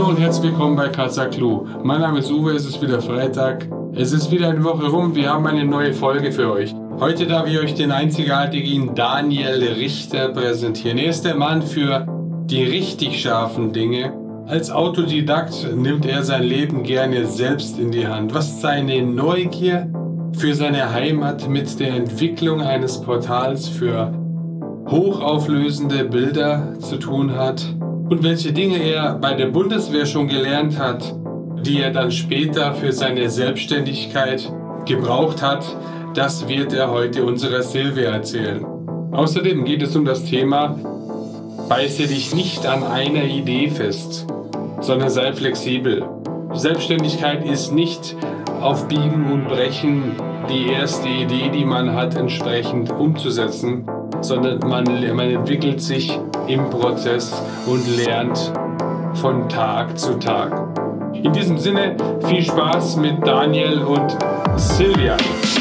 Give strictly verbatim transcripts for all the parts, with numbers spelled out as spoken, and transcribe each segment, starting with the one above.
und herzlich willkommen bei Kazaclu. Mein Name ist Uwe, es ist wieder Freitag. Es ist wieder eine Woche rum, wir haben eine neue Folge für euch. Heute darf ich euch den einzigartigen Daniel Richter präsentieren. Er ist der Mann für die richtig scharfen Dinge. Als Autodidakt nimmt er sein Leben gerne selbst in die Hand. Was seine Neugier für seine Heimat mit der Entwicklung eines Portals für hochauflösende Bilder zu tun hat und welche Dinge er bei der Bundeswehr schon gelernt hat, die er dann später für seine Selbstständigkeit gebraucht hat, das wird er heute unserer Silvia erzählen. Außerdem geht es um das Thema: Beiße dich nicht an einer Idee fest, sondern sei flexibel. Selbstständigkeit ist nicht auf Biegen und Brechen die erste Idee, die man hat, entsprechend umzusetzen, sondern man, man entwickelt sich im Prozess und lernt von Tag zu Tag. In diesem Sinne, viel Spaß mit Daniel und Silvia.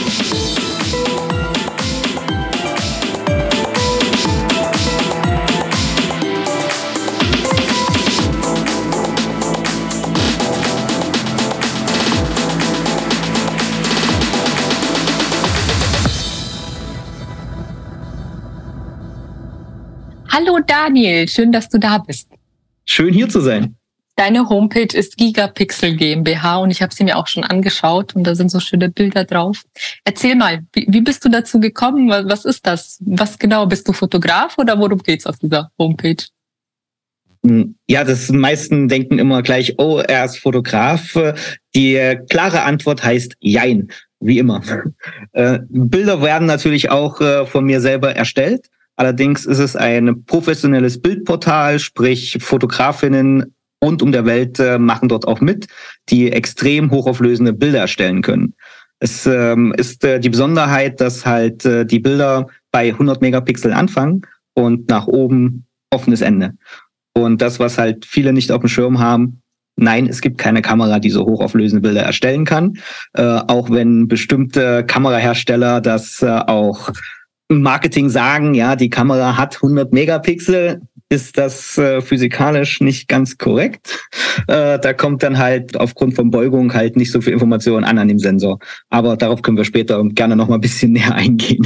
Hallo Daniel, schön, dass du da bist. Schön hier zu sein. Deine Homepage ist Gigapixel GmbH und ich habe sie mir auch schon angeschaut und da sind so schöne Bilder drauf. Erzähl mal, wie, wie bist du dazu gekommen? Was ist das? Was genau, bist du Fotograf oder worum geht's auf dieser Homepage? Ja, das meisten denken immer gleich, oh, er ist Fotograf. Die klare Antwort heißt Jein, wie immer. Äh, Bilder werden natürlich auch äh, von mir selber erstellt. Allerdings ist es ein professionelles Bildportal, sprich Fotografinnen rund um der Welt äh, machen dort auch mit, die extrem hochauflösende Bilder erstellen können. Es ähm, ist äh, die Besonderheit, dass halt äh, die Bilder bei hundert Megapixel anfangen und nach oben offenes Ende. Und das, was halt viele nicht auf dem Schirm haben: Nein, es gibt keine Kamera, die so hochauflösende Bilder erstellen kann. Äh, auch wenn bestimmte Kamerahersteller das äh, auch Marketing sagen, ja, die Kamera hat hundert Megapixel, ist das äh, physikalisch nicht ganz korrekt. Äh, da kommt dann halt aufgrund von Beugung halt nicht so viel Information an an dem Sensor. Aber darauf können wir später gerne noch mal ein bisschen näher eingehen.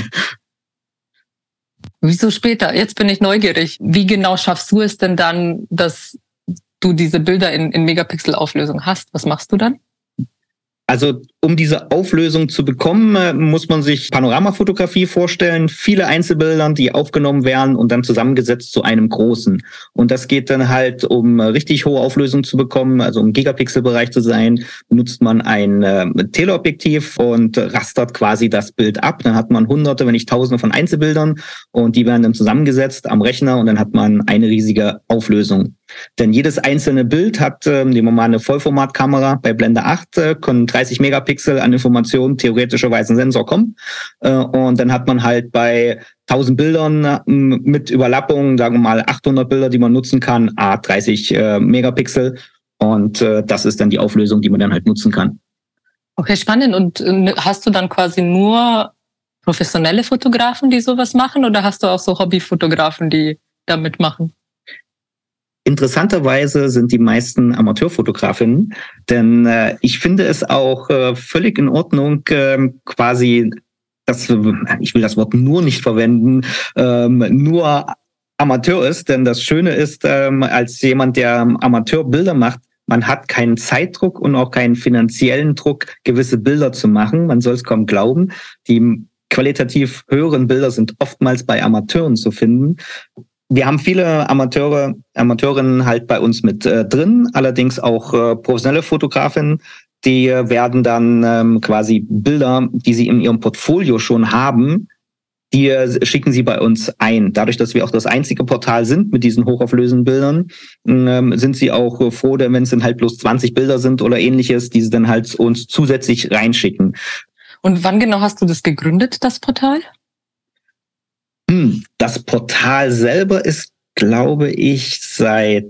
Wieso später? Jetzt bin ich neugierig. Wie genau schaffst du es denn dann, dass du diese Bilder in, in Megapixel-Auflösung hast? Was machst du dann? Also um diese Auflösung zu bekommen, muss man sich Panoramafotografie vorstellen. Viele Einzelbilder, die aufgenommen werden und dann zusammengesetzt zu einem großen. Und das geht dann halt, um richtig hohe Auflösung zu bekommen, also im Gigapixel-Bereich zu sein, benutzt man ein äh, Teleobjektiv und rastert quasi das Bild ab. Dann hat man hunderte, wenn nicht tausende von Einzelbildern und die werden dann zusammengesetzt am Rechner und dann hat man eine riesige Auflösung. Denn jedes einzelne Bild hat, äh, nehmen wir mal eine Vollformatkamera bei Blende acht, äh, können dreißig Megapixel an Informationen theoretischerweise ein Sensor kommen. Äh, und dann hat man halt bei tausend Bildern äh, mit Überlappung, sagen wir mal achthundert Bilder, die man nutzen kann, a dreißig äh, Megapixel. Und äh, das ist dann die Auflösung, die man dann halt nutzen kann. Okay, spannend. Und äh, hast du dann quasi nur professionelle Fotografen, die sowas machen, oder hast du auch so Hobbyfotografen, die da mitmachen? Interessanterweise sind die meisten Amateurfotografinnen, denn äh, ich finde es auch äh, völlig in Ordnung, äh, quasi, das, ich will das Wort nur nicht verwenden, ähm, nur Amateur ist, denn das Schöne ist, ähm, als jemand, der Amateurbilder macht, man hat keinen Zeitdruck und auch keinen finanziellen Druck, gewisse Bilder zu machen. Man soll es kaum glauben. Die qualitativ höheren Bilder sind oftmals bei Amateuren zu finden. Wir haben viele Amateure, Amateurinnen halt bei uns mit äh, drin, allerdings auch äh, professionelle Fotografinnen, die äh, werden dann ähm, quasi Bilder, die sie in ihrem Portfolio schon haben, die äh, schicken sie bei uns ein. Dadurch, dass wir auch das einzige Portal sind mit diesen hochauflösenden Bildern, ähm, sind sie auch äh, froh, wenn es dann halt bloß zwanzig Bilder sind oder ähnliches, die sie dann halt uns zusätzlich reinschicken. Und wann genau hast du das gegründet, das Portal? Das Portal selber ist, glaube ich, seit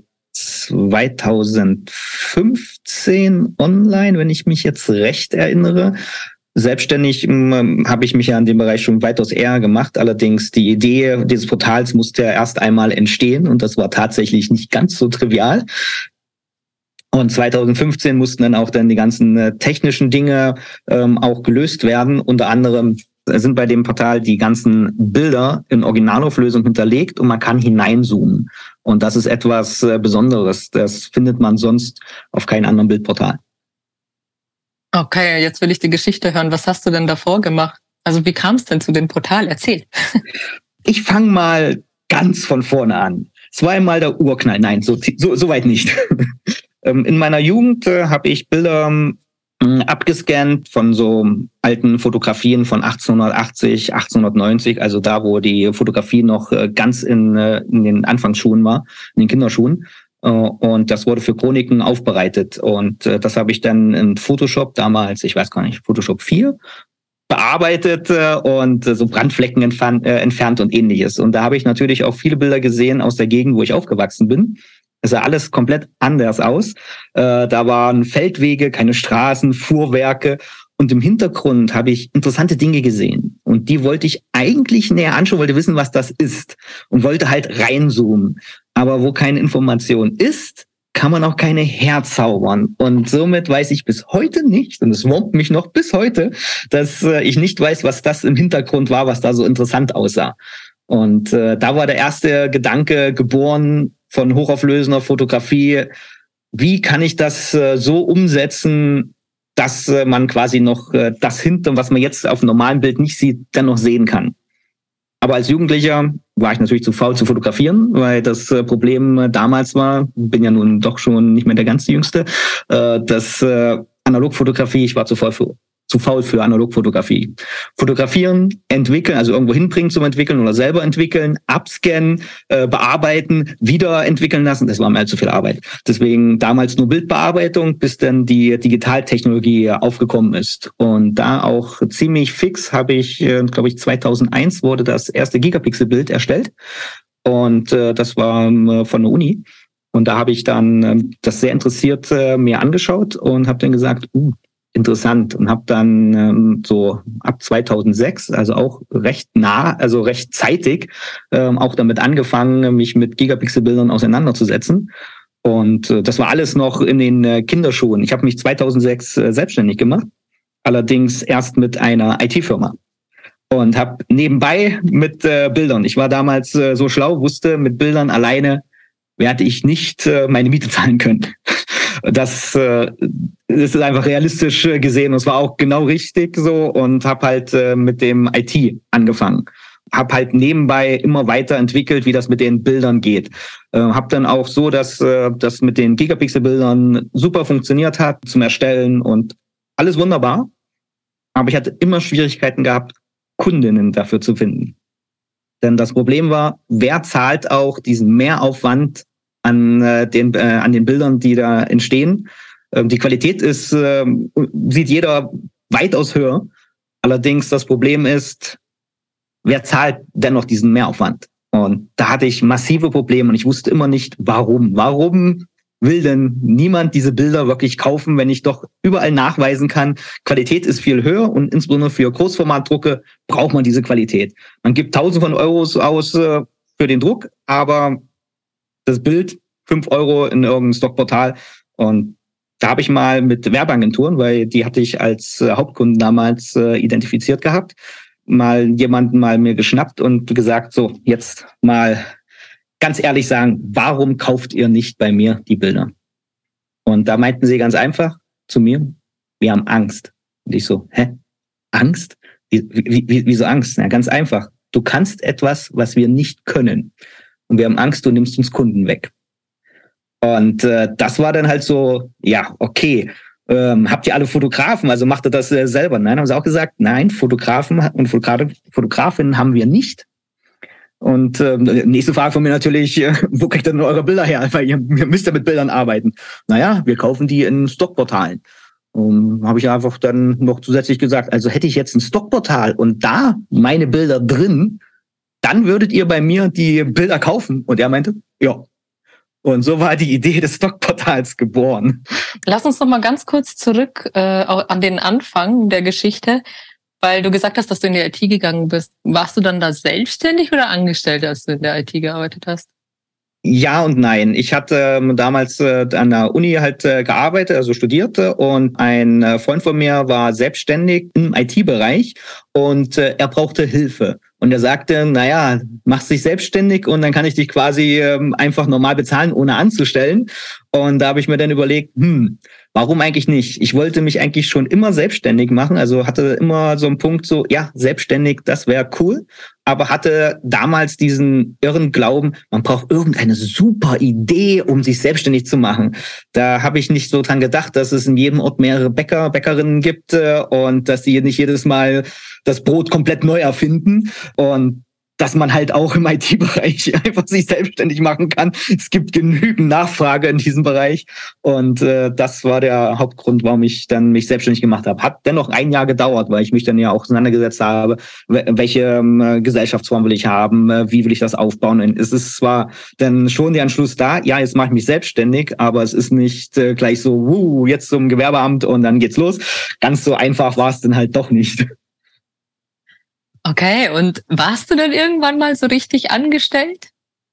zweitausendfünfzehn online, wenn ich mich jetzt recht erinnere. Selbstständig ähm, habe ich mich ja in dem Bereich schon weitaus eher gemacht. Allerdings die Idee dieses Portals musste ja erst einmal entstehen und das war tatsächlich nicht ganz so trivial. Und zwanzig fünfzehn mussten dann auch dann die ganzen äh, technischen Dinge ähm, auch gelöst werden. Unter anderem sind bei dem Portal die ganzen Bilder in Originalauflösung hinterlegt und man kann hineinzoomen. Und das ist etwas äh, Besonderes. Das findet man sonst auf keinem anderen Bildportal. Okay, jetzt will ich die Geschichte hören. Was hast du denn davor gemacht? Also wie kam es denn zu dem Portal? Erzähl. Ich fange mal ganz von vorne an. Es war einmal der Urknall. Nein, so, so, so weit nicht. In meiner Jugend äh, habe ich Bilder äh, abgescannt von so alten Fotografien von achtzehnhundertachtzig, achtzehnhundertneunzig, also da, wo die Fotografie noch äh, ganz in, äh, in den Anfangsschuhen war, in den Kinderschuhen. Äh, und das wurde für Chroniken aufbereitet. Und äh, das habe ich dann in Photoshop damals, ich weiß gar nicht, Photoshop vier, bearbeitet äh, und äh, so Brandflecken entfernt, äh, entfernt und ähnliches. Und da habe ich natürlich auch viele Bilder gesehen aus der Gegend, wo ich aufgewachsen bin. Es sah alles komplett anders aus. Äh, da waren Feldwege, keine Straßen, Fuhrwerke. Und im Hintergrund habe ich interessante Dinge gesehen. Und die wollte ich eigentlich näher anschauen, wollte wissen, was das ist. Und wollte halt reinzoomen. Aber wo keine Information ist, kann man auch keine herzaubern. Und somit weiß ich bis heute nicht, und es wurmt mich noch bis heute, dass äh, ich nicht weiß, was das im Hintergrund war, was da so interessant aussah. Und äh, da war der erste Gedanke geboren von hochauflösender Fotografie. Wie kann ich das äh, so umsetzen, dass äh, man quasi noch äh, das hinter, was man jetzt auf einem normalen Bild nicht sieht, dann noch sehen kann? Aber als Jugendlicher war ich natürlich zu faul zu fotografieren, weil das äh, Problem äh, damals war, bin ja nun doch schon nicht mehr der ganz Jüngste, äh, dass äh, Analogfotografie, ich war zu faul für zu faul für Analogfotografie. Fotografieren, entwickeln, also irgendwo hinbringen zum Entwickeln oder selber entwickeln, abscannen, äh, bearbeiten, wieder entwickeln lassen, das war mir allzu viel Arbeit. Deswegen damals nur Bildbearbeitung, bis dann die Digitaltechnologie aufgekommen ist. Und da auch ziemlich fix habe ich, äh, glaube ich, zweitausendeins wurde das erste Gigapixel-Bild erstellt. Und äh, das war äh, von der Uni. Und da habe ich dann äh, das sehr interessiert äh, mir angeschaut und habe dann gesagt, uh, interessant, und habe dann ähm, so ab zweitausendsechs, also auch recht nah, also recht zeitig, ähm, auch damit angefangen, mich mit Gigapixel-Bildern auseinanderzusetzen. Und äh, das war alles noch in den äh, Kinderschuhen. Ich habe mich zweitausendsechs äh, selbstständig gemacht, allerdings erst mit einer I T-Firma. Und habe nebenbei mit äh, Bildern, ich war damals äh, so schlau, wusste, mit Bildern alleine werde ich nicht äh, meine Miete zahlen können. Das, äh, das ist einfach realistisch gesehen. Und es war auch genau richtig so, und habe halt äh, mit dem I T angefangen. Habe halt nebenbei immer weiterentwickelt, wie das mit den Bildern geht. Äh, habe dann auch so, dass äh, das mit den Gigapixel-Bildern super funktioniert hat zum Erstellen und alles wunderbar. Aber ich hatte immer Schwierigkeiten gehabt, Kundinnen dafür zu finden. Denn das Problem war, wer zahlt auch diesen Mehraufwand an äh, den äh, an den Bildern, die da entstehen. Ähm, die Qualität ist äh, sieht jeder weitaus höher. Allerdings das Problem ist, wer zahlt dennoch diesen Mehraufwand? Und da hatte ich massive Probleme und ich wusste immer nicht, warum. Warum will denn niemand diese Bilder wirklich kaufen, wenn ich doch überall nachweisen kann, Qualität ist viel höher, und insbesondere für Großformatdrucke braucht man diese Qualität. Man gibt Tausende von Euros aus äh, für den Druck, aber das Bild, fünf Euro in irgendeinem Stockportal. Und da habe ich mal mit Werbeagenturen, weil die hatte ich als äh, Hauptkunden damals äh, identifiziert gehabt, mal jemanden mal mir geschnappt und gesagt, so, jetzt mal ganz ehrlich sagen, warum kauft ihr nicht bei mir die Bilder? Und da meinten sie ganz einfach zu mir, wir haben Angst. Und ich so, hä? Angst? Wie, wie, wieso Angst? Na, ganz einfach. Du kannst etwas, was wir nicht können. Und wir haben Angst, du nimmst uns Kunden weg. Und äh, das war dann halt so, ja, okay, ähm, habt ihr alle Fotografen, also macht ihr das äh, selber? Nein, haben sie auch gesagt, nein, Fotografen und Fotografinnen haben wir nicht. Und äh, nächste Frage von mir natürlich, äh, wo kriegt ihr denn eure Bilder her? Weil ihr, ihr müsst ja mit Bildern arbeiten. Naja, wir kaufen die in Stockportalen. Und habe ich einfach dann noch zusätzlich gesagt, also hätte ich jetzt ein Stockportal und da meine Bilder drin, dann würdet ihr bei mir die Bilder kaufen. Und er meinte, ja. Und so war die Idee des Stockportals geboren. Lass uns noch mal ganz kurz zurück äh, an den Anfang der Geschichte, weil du gesagt hast, dass du in die I T gegangen bist. Warst du dann da selbstständig oder angestellt, als du in der I T gearbeitet hast? Ja und nein. Ich hatte ähm, damals äh, an der Uni halt äh, gearbeitet, also studierte, und ein äh, Freund von mir war selbstständig im I T-Bereich und äh, er brauchte Hilfe. Und er sagte, naja, mach dich selbstständig und dann kann ich dich quasi ähm, einfach normal bezahlen, ohne anzustellen. Und da habe ich mir dann überlegt, hm, warum eigentlich nicht? Ich wollte mich eigentlich schon immer selbstständig machen, also hatte immer so einen Punkt so, ja, selbstständig, das wäre cool, aber hatte damals diesen irren Glauben, man braucht irgendeine super Idee, um sich selbstständig zu machen. Da habe ich nicht so dran gedacht, dass es in jedem Ort mehrere Bäcker, Bäckerinnen gibt äh, und dass die nicht jedes Mal das Brot komplett neu erfinden und dass man halt auch im I T-Bereich einfach sich selbstständig machen kann. Es gibt genügend Nachfrage in diesem Bereich und äh, das war der Hauptgrund, warum ich dann mich selbstständig gemacht habe. Hat dennoch ein Jahr gedauert, weil ich mich dann ja auch auseinandergesetzt habe, welche ähm, Gesellschaftsform will ich haben, äh, wie will ich das aufbauen. Und es ist zwar dann schon der Entschluss da, ja, jetzt mache ich mich selbstständig, aber es ist nicht äh, gleich so, wuh, jetzt zum Gewerbeamt und dann geht's los. Ganz so einfach war es dann halt doch nicht. Okay, und warst du dann irgendwann mal so richtig angestellt?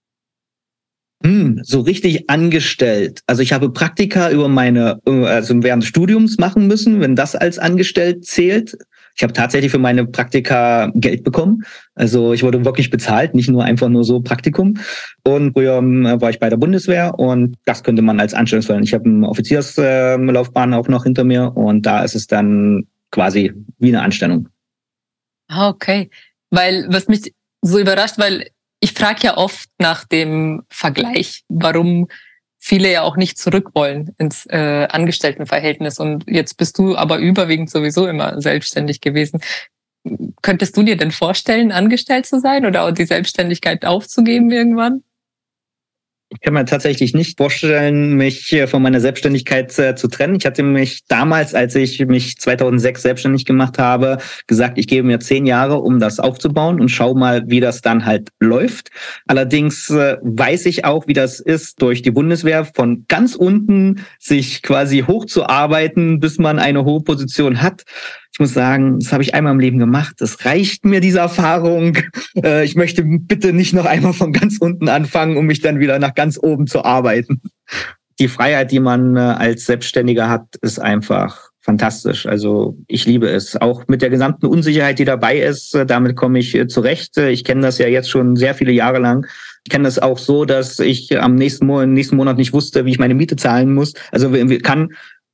Hm, so richtig angestellt. Also ich habe Praktika über meine, also während des Studiums machen müssen, wenn das als angestellt zählt. Ich habe tatsächlich für meine Praktika Geld bekommen. Also ich wurde wirklich bezahlt, nicht nur einfach nur so Praktikum. Und früher war ich bei der Bundeswehr und das könnte man als Anstellungsverhältnis. Ich habe eine Offizierslaufbahn auch noch hinter mir und da ist es dann quasi wie eine Anstellung. Ah, okay. Weil, was mich so überrascht, weil ich frage ja oft nach dem Vergleich, warum viele ja auch nicht zurück wollen ins äh, Angestelltenverhältnis. Und jetzt bist du aber überwiegend sowieso immer selbstständig gewesen. Könntest du dir denn vorstellen, angestellt zu sein oder auch die Selbstständigkeit aufzugeben irgendwann? Ich kann mir tatsächlich nicht vorstellen, mich von meiner Selbstständigkeit äh, zu trennen. Ich hatte mich damals, als ich mich zweitausendsechs selbstständig gemacht habe, gesagt, ich gebe mir zehn Jahre, um das aufzubauen und schau mal, wie das dann halt läuft. Allerdings äh, weiß ich auch, wie das ist, durch die Bundeswehr von ganz unten sich quasi hochzuarbeiten, bis man eine hohe Position hat. Ich muss sagen, das habe ich einmal im Leben gemacht. Das reicht mir, diese Erfahrung. Äh, ich möchte bitte nicht noch einmal von ganz unten anfangen, um mich dann wieder nach ganz oben zu arbeiten. Die Freiheit, die man äh, als Selbstständiger hat, ist einfach fantastisch. Also ich liebe es. Auch mit der gesamten Unsicherheit, die dabei ist, äh, damit komme ich äh, zurecht. Ich kenne das ja jetzt schon sehr viele Jahre lang. Ich kenne das auch so, dass ich am nächsten, Mo- nächsten Monat nicht wusste, wie ich meine Miete zahlen muss. Also kann...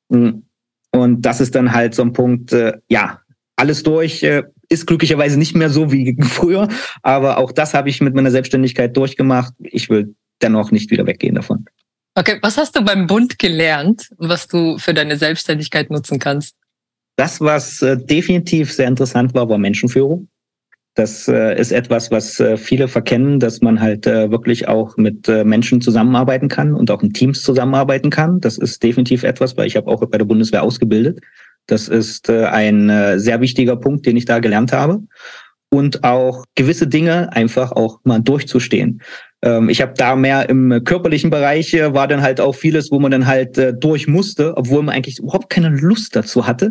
Und das ist dann halt so ein Punkt, äh, ja, alles durch, äh, ist glücklicherweise nicht mehr so wie früher, aber auch das habe ich mit meiner Selbstständigkeit durchgemacht. Ich will dennoch nicht wieder weggehen davon. Okay, was hast du beim Bund gelernt, was du für deine Selbstständigkeit nutzen kannst? Das, was äh, definitiv sehr interessant war, war Menschenführung. Das äh, ist etwas, was äh, viele verkennen, dass man halt äh, wirklich auch mit äh, Menschen zusammenarbeiten kann und auch in Teams zusammenarbeiten kann. Das ist definitiv etwas, weil ich habe auch bei der Bundeswehr ausgebildet. Das ist äh, ein äh, sehr wichtiger Punkt, den ich da gelernt habe. Und auch gewisse Dinge einfach auch mal durchzustehen. Ähm, ich habe da mehr im körperlichen Bereich, äh, war dann halt auch vieles, wo man dann halt äh, durch musste, obwohl man eigentlich überhaupt keine Lust dazu hatte.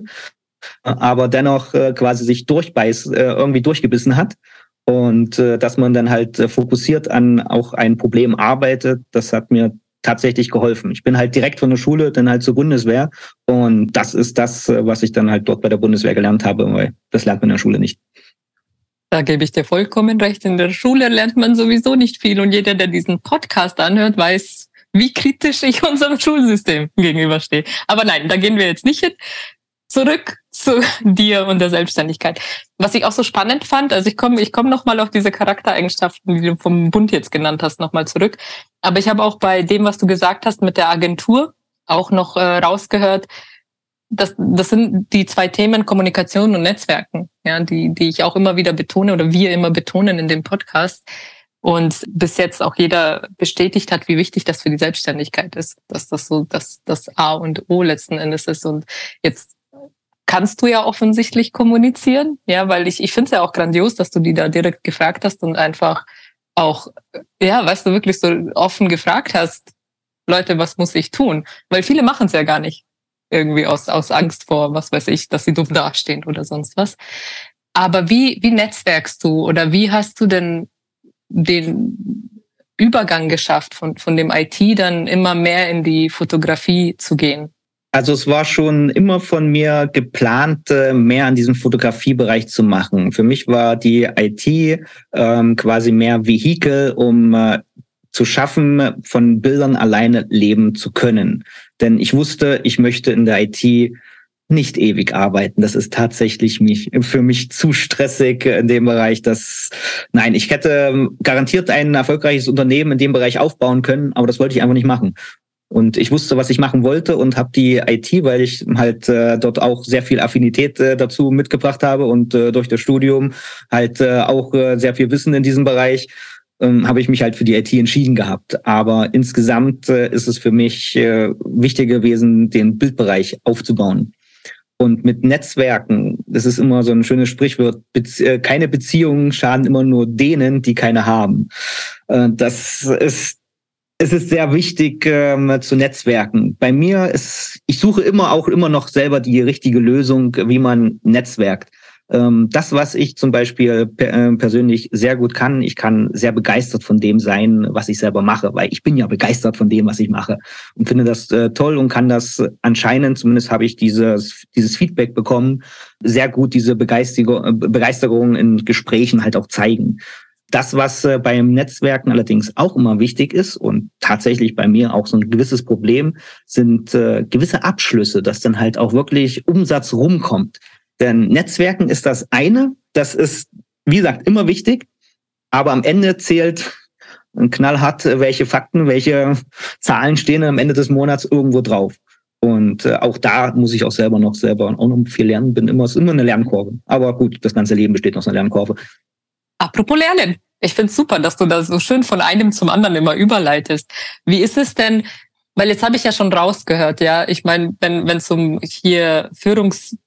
Aber dennoch äh, quasi sich durchbeiß, äh, irgendwie durchgebissen hat und äh, dass man dann halt äh, fokussiert an auch ein Problem arbeitet, das hat mir tatsächlich geholfen. Ich bin halt direkt von der Schule dann halt zur Bundeswehr und das ist das, äh, was ich dann halt dort bei der Bundeswehr gelernt habe, weil das lernt man in der Schule nicht. Da gebe ich dir vollkommen recht. In der Schule lernt man sowieso nicht viel und jeder, der diesen Podcast anhört, weiß, wie kritisch ich unserem Schulsystem gegenüberstehe. Aber nein, da gehen wir jetzt nicht hin. Zurück zu dir und der Selbstständigkeit. Was ich auch so spannend fand, also ich komme ich komme nochmal auf diese Charaktereigenschaften, die du vom Bund jetzt genannt hast, nochmal zurück. Aber ich habe auch bei dem, was du gesagt hast mit der Agentur, auch noch äh, rausgehört, dass das sind die zwei Themen Kommunikation und Netzwerken, ja, die die ich auch immer wieder betone oder wir immer betonen in dem Podcast. Und bis jetzt auch jeder bestätigt hat, wie wichtig das für die Selbstständigkeit ist, dass das so das, das A und O letzten Endes ist. Und jetzt kannst du ja offensichtlich kommunizieren, ja, weil ich, ich finde es ja auch grandios, dass du die da direkt gefragt hast und einfach auch, ja, weißt du, wirklich so offen gefragt hast, Leute, was muss ich tun? Weil viele machen es ja gar nicht irgendwie aus, aus Angst vor, was weiß ich, dass sie dumm dastehen oder sonst was. Aber wie, wie netzwerkst du oder wie hast du denn den, Übergang geschafft, von, von dem I T dann immer mehr in die Fotografie zu gehen? Also es war schon immer von mir geplant, mehr an diesem Fotografiebereich zu machen. Für mich war die I T ähm, quasi mehr Vehikel, um äh, zu schaffen, von Bildern alleine leben zu können. Denn ich wusste, ich möchte in der I T nicht ewig arbeiten. Das ist tatsächlich mich, für mich zu stressig in dem Bereich. Dass, nein, ich hätte garantiert ein erfolgreiches Unternehmen in dem Bereich aufbauen können, aber das wollte ich einfach nicht machen. Und ich wusste, was ich machen wollte und habe die I T, weil ich halt äh, dort auch sehr viel Affinität äh, dazu mitgebracht habe und äh, durch das Studium halt äh, auch äh, sehr viel Wissen in diesem Bereich, ähm, habe ich mich halt für die I T entschieden gehabt. Aber insgesamt äh, ist es für mich äh, wichtig gewesen, den Bildbereich aufzubauen. Und mit Netzwerken, das ist immer so ein schönes Sprichwort, Bezie- keine Beziehungen schaden immer nur denen, die keine haben. Äh, das ist, es ist sehr wichtig ähm, zu netzwerken. Bei mir ist, ich suche immer auch immer noch selber die richtige Lösung, wie man netzwerkt. Ähm, das, was ich zum Beispiel per, äh, persönlich sehr gut kann, ich kann sehr begeistert von dem sein, was ich selber mache, weil ich bin ja begeistert von dem, was ich mache und finde das äh, toll und kann das anscheinend, zumindest habe ich dieses, dieses Feedback bekommen, sehr gut diese Begeisterung, äh, Begeisterung in Gesprächen halt auch zeigen. Das, was äh, beim Netzwerken allerdings auch immer wichtig ist und tatsächlich bei mir auch so ein gewisses Problem, sind äh, gewisse Abschlüsse, dass dann halt auch wirklich Umsatz rumkommt. Denn Netzwerken ist das eine, das ist, wie gesagt, immer wichtig, aber am Ende zählt knallhart, welche Fakten, welche Zahlen stehen am Ende des Monats irgendwo drauf. Und äh, auch da muss ich auch selber noch selber auch noch viel lernen, bin immer, ist immer eine Lernkurve. Aber gut, das ganze Leben besteht aus einer Lernkurve. Apropos Lernen. Ich finde es super, dass du da so schön von einem zum anderen immer überleitest. Wie ist es denn, weil jetzt habe ich ja schon rausgehört, ja, ich meine, wenn wenn es um hier Führungs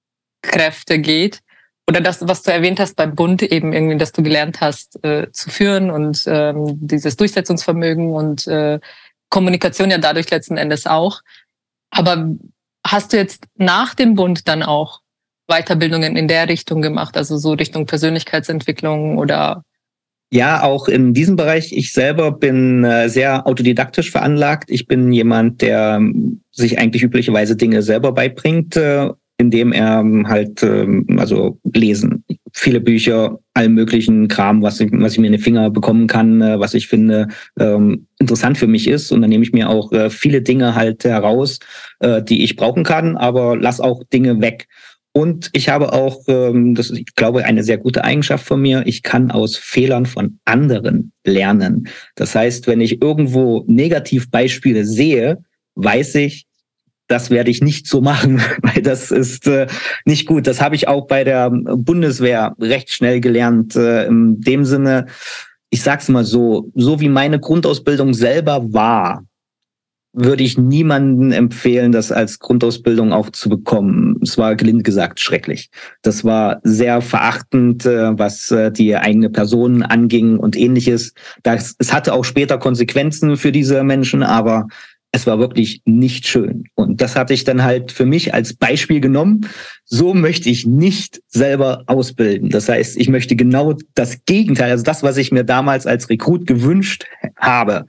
Kräfte geht oder das, was du erwähnt hast beim Bund eben irgendwie, dass du gelernt hast äh, zu führen und ähm, dieses Durchsetzungsvermögen und äh, Kommunikation ja dadurch letzten Endes auch. Aber hast du jetzt nach dem Bund dann auch Weiterbildungen in der Richtung gemacht, also so Richtung Persönlichkeitsentwicklung oder? Ja, auch in diesem Bereich. Ich selber bin äh, sehr autodidaktisch veranlagt. Ich bin jemand, der ähm, sich eigentlich üblicherweise Dinge selber beibringt, äh, indem er halt, also lesen, viele Bücher, allen möglichen Kram, was ich, was ich mir in die Finger bekommen kann, was ich finde ähm, interessant für mich ist. Und dann nehme ich mir auch äh, viele Dinge halt heraus, äh, die ich brauchen kann, aber lass auch Dinge weg. Und ich habe auch, ähm, das ist, ich glaube, eine sehr gute Eigenschaft von mir, ich kann aus Fehlern von anderen lernen. Das heißt, wenn ich irgendwo Negativbeispiele sehe, weiß ich, das werde ich nicht so machen, weil das ist äh, nicht gut. Das habe ich auch bei der Bundeswehr recht schnell gelernt. Äh, in dem Sinne, ich sag's mal so, so wie meine Grundausbildung selber war, würde ich niemanden empfehlen, das als Grundausbildung auch zu bekommen. Es war gelinde gesagt schrecklich. Das war sehr verachtend, äh, was äh, die eigene Person anging und ähnliches. Das, es hatte auch später Konsequenzen für diese Menschen, aber es war wirklich nicht schön. Und das hatte ich dann halt für mich als Beispiel genommen. So möchte ich nicht selber ausbilden. Das heißt, ich möchte genau das Gegenteil, also das, was ich mir damals als Rekrut gewünscht habe.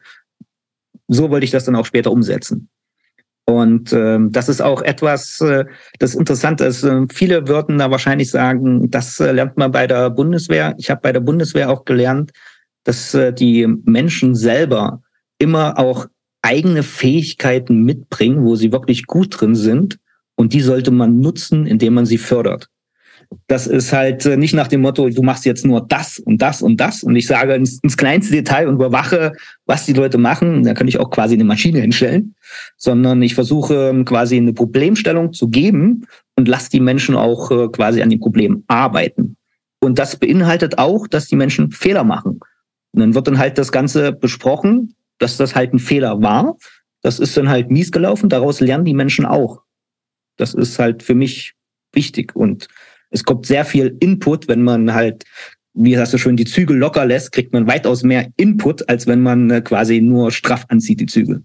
So wollte ich das dann auch später umsetzen. Und ähm, das ist auch etwas, äh, das interessant ist. Äh, viele würden da wahrscheinlich sagen, das äh, lernt man bei der Bundeswehr. Ich habe bei der Bundeswehr auch gelernt, dass äh, die Menschen selber immer auch eigene Fähigkeiten mitbringen, wo sie wirklich gut drin sind. Und die sollte man nutzen, indem man sie fördert. Das ist halt nicht nach dem Motto, du machst jetzt nur das und das und das. Und ich sage ins, ins kleinste Detail und überwache, was die Leute machen. Da kann ich auch quasi eine Maschine hinstellen. Sondern ich versuche quasi eine Problemstellung zu geben und lasse die Menschen auch quasi an dem Problem arbeiten. Und das beinhaltet auch, dass die Menschen Fehler machen. Und dann wird dann halt das Ganze besprochen, dass das halt ein Fehler war. Das ist dann halt mies gelaufen. Daraus lernen die Menschen auch. Das ist halt für mich wichtig. Und es kommt sehr viel Input, wenn man halt, wie hast du schön, die Zügel locker lässt, kriegt man weitaus mehr Input, als wenn man quasi nur straff anzieht, die Zügel.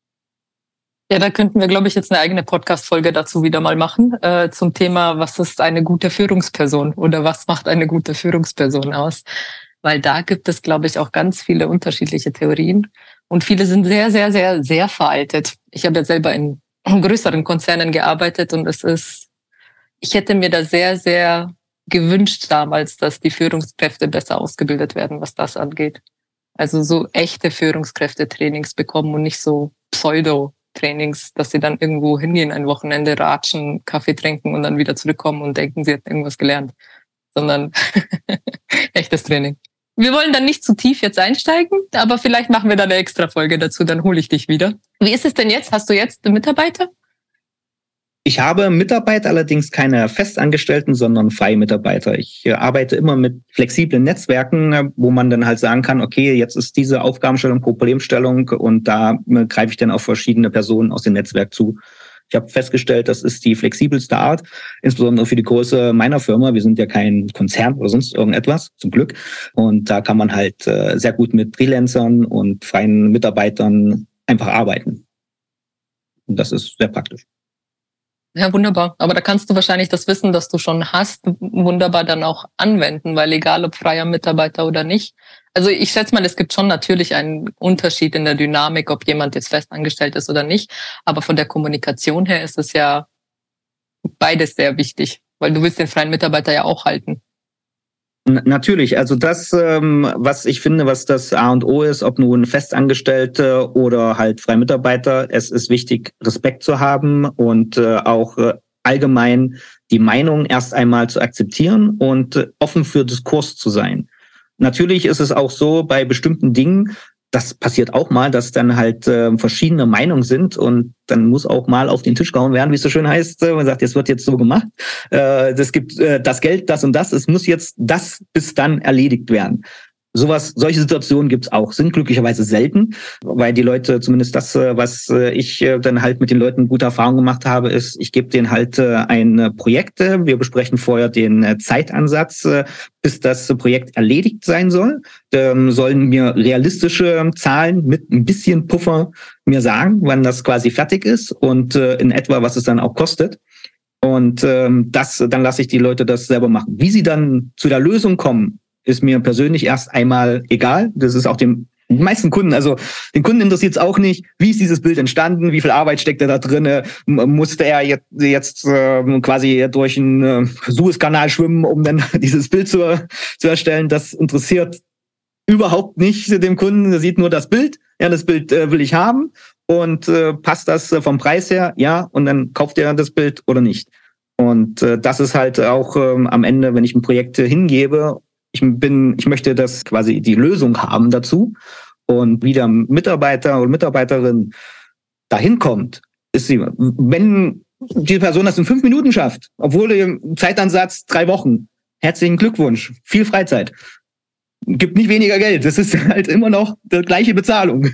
Ja, da könnten wir, glaube ich, jetzt eine eigene Podcast-Folge dazu wieder mal machen, äh, zum Thema, was ist eine gute Führungsperson oder was macht eine gute Führungsperson aus? weil da gibt es, glaube ich, auch ganz viele unterschiedliche Theorien und viele sind sehr, sehr, sehr, sehr veraltet. Ich habe ja selber in größeren Konzernen gearbeitet und es ist, ich hätte mir da sehr, sehr gewünscht damals, dass die Führungskräfte besser ausgebildet werden, was das angeht. Also so echte Führungskräfte-Trainings bekommen und nicht so Pseudo-Trainings, dass sie dann irgendwo hingehen, ein Wochenende ratschen, Kaffee trinken und dann wieder zurückkommen und denken, sie hätten irgendwas gelernt, sondern echtes Training. Wir wollen dann nicht zu tief jetzt einsteigen, aber vielleicht machen wir da eine extra Folge dazu, dann hole ich dich wieder. Wie ist es denn jetzt? Hast du jetzt Mitarbeiter? Ich habe Mitarbeiter, allerdings keine Festangestellten, sondern freie Mitarbeiter. Ich äh, arbeite immer mit flexiblen Netzwerken, äh, wo man dann halt sagen kann, okay, jetzt ist diese Aufgabenstellung, Problemstellung und da äh, greife ich dann auf verschiedene Personen aus dem Netzwerk zu. Ich habe festgestellt, das ist die flexibelste Art, insbesondere für die Größe meiner Firma. Wir sind ja kein Konzern oder sonst irgendetwas, zum Glück. Und da kann man halt äh, sehr gut mit Freelancern und freien Mitarbeitern einfach arbeiten. Und das ist sehr praktisch. Ja, wunderbar. Aber da kannst du wahrscheinlich das Wissen, das du schon hast, wunderbar dann auch anwenden, weil egal ob freier Mitarbeiter oder nicht. Also ich schätze mal, es gibt schon natürlich einen Unterschied in der Dynamik, ob jemand jetzt festangestellt ist oder nicht. Aber von der Kommunikation her ist es ja beides sehr wichtig, weil du willst den freien Mitarbeiter ja auch halten. Natürlich, also das, ähm, was ich finde, was das A und O ist, ob nun Festangestellte oder halt freie Mitarbeiter, es ist wichtig, Respekt zu haben und äh, auch äh, allgemein die Meinung erst einmal zu akzeptieren und äh, offen für Diskurs zu sein. Natürlich ist es auch so, bei bestimmten Dingen, das passiert auch mal, dass dann halt äh, verschiedene Meinungen sind und dann muss auch mal auf den Tisch gehauen werden, wie es so schön heißt. Man sagt, es wird jetzt so gemacht. Äh, das gibt äh, das Geld, das und das. Es muss jetzt das bis dann erledigt werden. Sowas, solche Situationen gibt's auch, sind glücklicherweise selten, weil die Leute, zumindest das, was ich dann halt mit den Leuten gute Erfahrungen gemacht habe, ist, ich gebe denen halt ein Projekt, wir besprechen vorher den Zeitansatz, bis das Projekt erledigt sein soll, ähm, sollen mir realistische Zahlen mit ein bisschen Puffer mir sagen, wann das quasi fertig ist und äh, in etwa, was es dann auch kostet. Und ähm, das, dann lasse ich die Leute das selber machen. Wie sie dann zu der Lösung kommen, ist mir persönlich erst einmal egal. Das ist auch dem meisten Kunden, also den Kunden interessiert es auch nicht, wie ist dieses Bild entstanden, wie viel Arbeit steckt er da drin, musste er jetzt, jetzt äh, quasi durch einen äh, Suezkanal schwimmen, um dann dieses Bild zu, zu erstellen. Das interessiert überhaupt nicht dem Kunden, er sieht nur das Bild, ja, das Bild äh, will ich haben und äh, passt das äh, vom Preis her, ja, und dann kauft er das Bild oder nicht. Und äh, das ist halt auch äh, am Ende, wenn ich ein Projekt äh, hingebe, Ich bin, ich möchte das quasi die Lösung haben dazu. Und wie der Mitarbeiter oder Mitarbeiterin dahin kommt, ist sie, wenn die Person das in fünf Minuten schafft, obwohl der Zeitansatz drei Wochen, herzlichen Glückwunsch, viel Freizeit. Gibt nicht weniger Geld. Das ist halt immer noch die gleiche Bezahlung.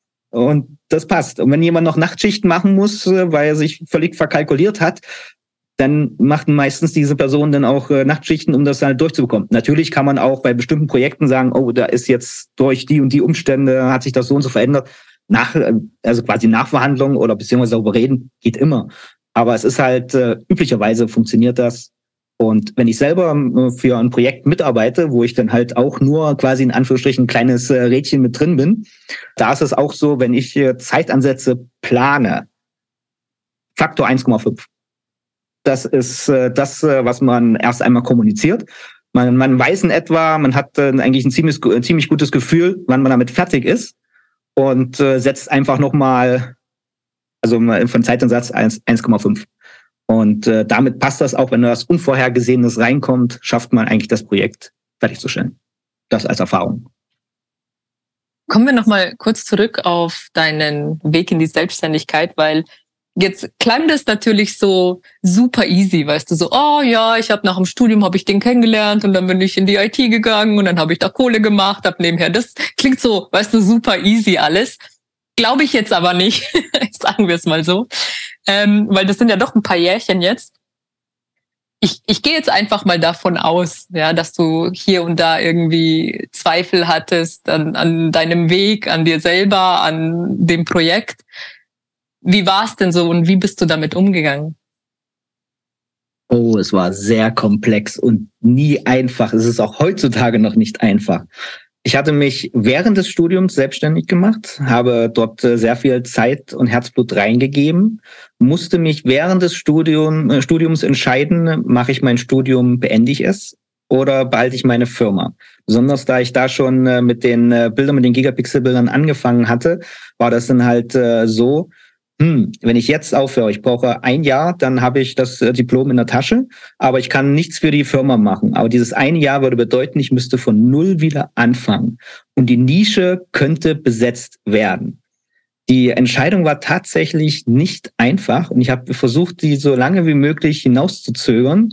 Und das passt. Und wenn jemand noch Nachtschichten machen muss, weil er sich völlig verkalkuliert hat, dann machten meistens diese Personen dann auch äh, Nachtschichten, um das halt durchzubekommen. Natürlich kann man auch bei bestimmten Projekten sagen, oh, da ist jetzt durch die und die Umstände, hat sich das so und so verändert. Nach, also quasi Nachverhandlungen oder beziehungsweise darüber reden, geht immer. Aber es ist halt, äh, üblicherweise funktioniert das. Und wenn ich selber äh, für ein Projekt mitarbeite, wo ich dann halt auch nur quasi in Anführungsstrichen ein kleines äh, Rädchen mit drin bin, da ist es auch so, wenn ich äh, Zeitansätze plane, Faktor eins Komma fünf. Das ist äh, das, äh, was man erst einmal kommuniziert. Man, man weiß in etwa, man hat äh, eigentlich ein ziemlich, ein ziemlich gutes Gefühl, wann man damit fertig ist und äh, setzt einfach nochmal, also von Zeitansatz eins Komma fünf. Und äh, damit passt das auch, wenn da was Unvorhergesehenes reinkommt, schafft man eigentlich das Projekt fertigzustellen. Das als Erfahrung. Kommen wir nochmal kurz zurück auf deinen Weg in die Selbstständigkeit, weil jetzt klang das natürlich so super easy, weißt du, so, oh ja, ich habe nach dem Studium habe ich den kennengelernt und dann bin ich in die I T gegangen und dann habe ich da Kohle gemacht, hab nebenher, das klingt so, weißt du, super easy alles. Glaube ich jetzt aber nicht, sagen wir es mal so, ähm, weil das sind ja doch ein paar Jährchen jetzt. Ich, ich gehe jetzt einfach mal davon aus, ja, dass du hier und da irgendwie Zweifel hattest an, an deinem Weg, an dir selber, an dem Projekt. Wie war es denn so und wie bist du damit umgegangen? Oh, es war sehr komplex und nie einfach. Es ist auch heutzutage noch nicht einfach. Ich hatte mich während des Studiums selbstständig gemacht, habe dort sehr viel Zeit und Herzblut reingegeben, musste mich während des Studium, äh, Studiums entscheiden, mache ich mein Studium, beende ich es oder behalte ich meine Firma. Besonders da ich da schon äh, mit den äh, Bildern, mit den Gigapixel-Bildern angefangen hatte, war das dann halt äh, so, hm, wenn ich jetzt aufhöre, ich brauche ein Jahr, dann habe ich das äh, Diplom in der Tasche, aber ich kann nichts für die Firma machen. Aber dieses eine Jahr würde bedeuten, ich müsste von null wieder anfangen. Und die Nische könnte besetzt werden. Die Entscheidung war tatsächlich nicht einfach und ich habe versucht, die so lange wie möglich hinauszuzögern.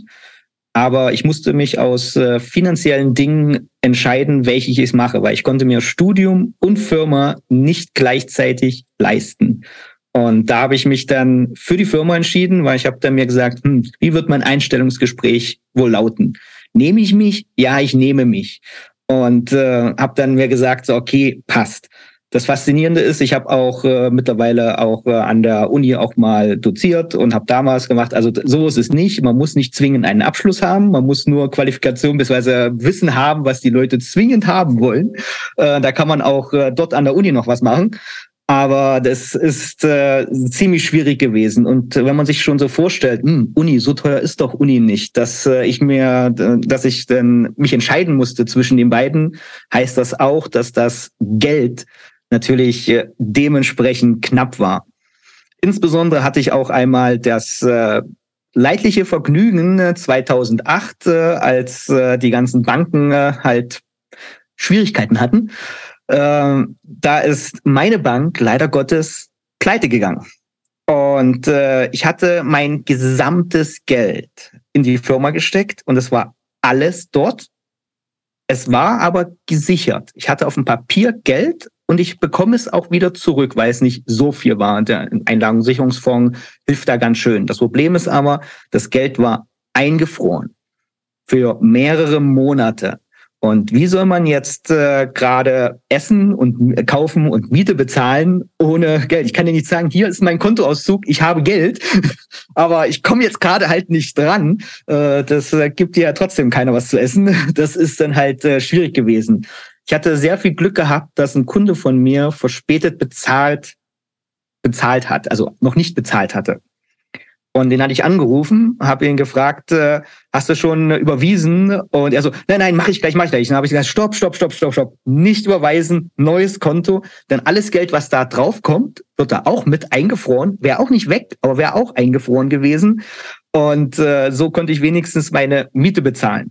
Aber ich musste mich aus äh, finanziellen Dingen entscheiden, welche ich es mache, weil ich konnte mir Studium und Firma nicht gleichzeitig leisten. Und da habe ich mich dann für die Firma entschieden, weil ich habe dann mir gesagt, hm, wie wird mein Einstellungsgespräch wohl lauten? Nehme ich mich? Ja, ich nehme mich. Und äh, habe dann mir gesagt, so okay, passt. Das Faszinierende ist, ich habe auch äh, mittlerweile auch äh, an der Uni auch mal doziert und habe damals gemacht, also so ist es nicht. Man muss nicht zwingend einen Abschluss haben, man muss nur Qualifikation bzw. Wissen haben, was die Leute zwingend haben wollen. Äh, da kann man auch äh, dort an der Uni noch was machen. Aber das ist äh, ziemlich schwierig gewesen. Und wenn man sich schon so vorstellt, hm, Uni, so teuer ist doch Uni nicht, dass äh, ich mir, dass ich dann mich entscheiden musste zwischen den beiden, heißt das auch, dass das Geld natürlich äh, dementsprechend knapp war. Insbesondere hatte ich auch einmal das äh, leidliche Vergnügen äh, zweitausendacht, äh, als äh, die ganzen Banken äh, halt Schwierigkeiten hatten. Äh, da ist meine Bank leider Gottes pleite gegangen. Und äh, ich hatte mein gesamtes Geld in die Firma gesteckt und es war alles dort. Es war aber gesichert. Ich hatte auf dem Papier Geld und ich bekomme es auch wieder zurück, weil es nicht so viel war. Der Einlagensicherungsfonds hilft da ganz schön. Das Problem ist aber, das Geld war eingefroren für mehrere Monate. Und wie soll man jetzt äh, gerade essen und äh, kaufen und Miete bezahlen ohne Geld? Ich kann dir nicht sagen, hier ist mein Kontoauszug, ich habe Geld, aber ich komme jetzt gerade halt nicht dran. Äh, das äh, gibt dir ja trotzdem keiner was zu essen. Das ist dann halt äh, schwierig gewesen. Ich hatte sehr viel Glück gehabt, dass ein Kunde von mir verspätet bezahlt bezahlt hat, also noch nicht bezahlt hatte. Und den hatte ich angerufen, habe ihn gefragt, äh, hast du schon überwiesen? Und er so, nein, nein, mache ich gleich, mache ich gleich. Dann habe ich gesagt, stopp, stopp, stopp, stopp, stopp. Nicht überweisen, neues Konto. Denn alles Geld, was da drauf kommt, wird da auch mit eingefroren. Wäre auch nicht weg, aber wäre auch eingefroren gewesen. Und äh, so konnte ich wenigstens meine Miete bezahlen.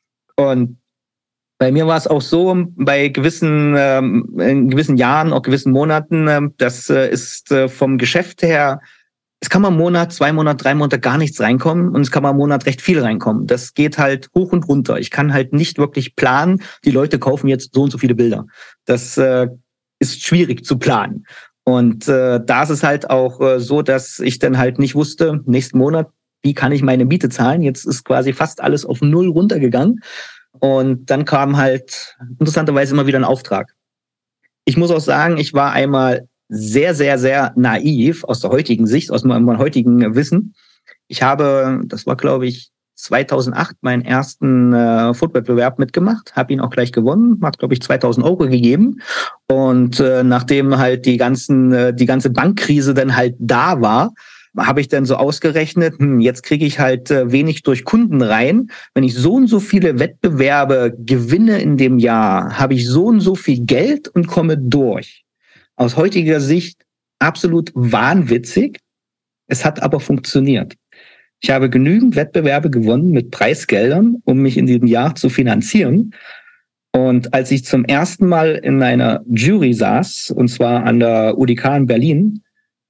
Und bei mir war es auch so, bei gewissen, ähm, in gewissen Jahren, auch gewissen Monaten, äh, das äh, ist äh, vom Geschäft her, es kann mal einen Monat, zwei Monate, drei Monate gar nichts reinkommen und es kann mal einen Monat recht viel reinkommen. Das geht halt hoch und runter. Ich kann halt nicht wirklich planen, die Leute kaufen jetzt so und so viele Bilder. Das äh, ist schwierig zu planen. Und äh, da ist es halt auch äh, so, dass ich dann halt nicht wusste, nächsten Monat, wie kann ich meine Miete zahlen? Jetzt ist quasi fast alles auf null runtergegangen. Und dann kam halt interessanterweise immer wieder ein Auftrag. Ich muss auch sagen, ich war einmal sehr, sehr, sehr naiv aus der heutigen Sicht, aus meinem heutigen Wissen. Ich habe, das war glaube ich zweitausendacht, meinen ersten äh, Footwettbewerb mitgemacht, habe ihn auch gleich gewonnen, hat glaube ich zweitausend Euro gegeben. Und äh, nachdem halt die ganzen, äh, die ganze Bankkrise dann halt da war, habe ich dann so ausgerechnet, hm, jetzt kriege ich halt äh, wenig durch Kunden rein. Wenn ich so und so viele Wettbewerbe gewinne in dem Jahr, habe ich so und so viel Geld und komme durch. Aus heutiger Sicht absolut wahnwitzig. Es hat aber funktioniert. Ich habe genügend Wettbewerbe gewonnen mit Preisgeldern, um mich in diesem Jahr zu finanzieren. Und als ich zum ersten Mal in einer Jury saß, und zwar an der U D K in Berlin,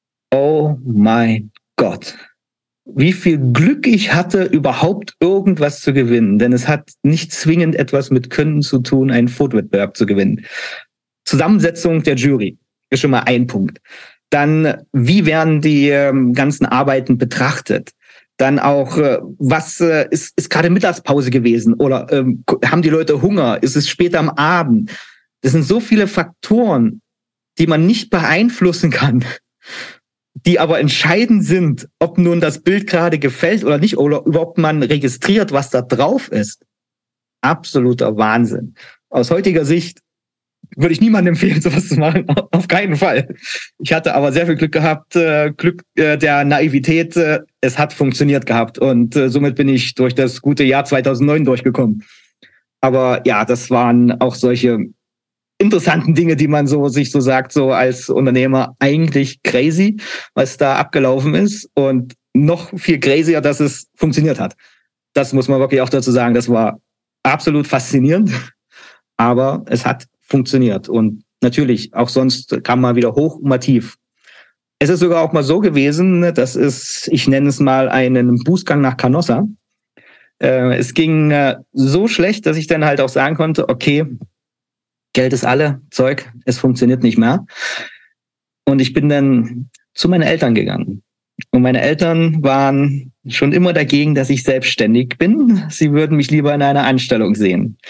oh mein Gott, wie viel Glück ich hatte, überhaupt irgendwas zu gewinnen. Denn es hat nicht zwingend etwas mit Können zu tun, einen Fotowettbewerb zu gewinnen. Zusammensetzung der Jury ist schon mal ein Punkt. Dann, wie werden die ähm, ganzen Arbeiten betrachtet? Dann auch, äh, was äh, ist, ist gerade Mittagspause gewesen? Oder ähm, haben die Leute Hunger? Ist es spät am Abend? Das sind so viele Faktoren, die man nicht beeinflussen kann. die aber entscheidend sind, ob nun das Bild gerade gefällt oder nicht, oder überhaupt man registriert, was da drauf ist. Absoluter Wahnsinn. Aus heutiger Sicht würde ich niemandem empfehlen, sowas zu machen. Auf keinen Fall. Ich hatte aber sehr viel Glück gehabt, äh, Glück äh, der Naivität. Äh, es hat funktioniert gehabt und äh, somit bin ich durch das gute Jahr zweitausendneun durchgekommen. Aber ja, das waren auch solche interessanten Dinge, die man so sich so sagt, so als Unternehmer, eigentlich crazy, was da abgelaufen ist und noch viel crazier, dass es funktioniert hat. Das muss man wirklich auch dazu sagen. Das war absolut faszinierend, aber es hat funktioniert. Und natürlich, auch sonst kam mal wieder hoch, mal tief. Es ist sogar auch mal so gewesen, das ist, ich nenne es mal einen Bußgang nach Canossa. Äh, es ging äh, so schlecht, dass ich dann halt auch sagen konnte, okay, Geld ist alle, Zeug, es funktioniert nicht mehr. Und ich bin dann zu meinen Eltern gegangen. Und meine Eltern waren schon immer dagegen, dass ich selbstständig bin. Sie würden mich lieber in einer Anstellung sehen.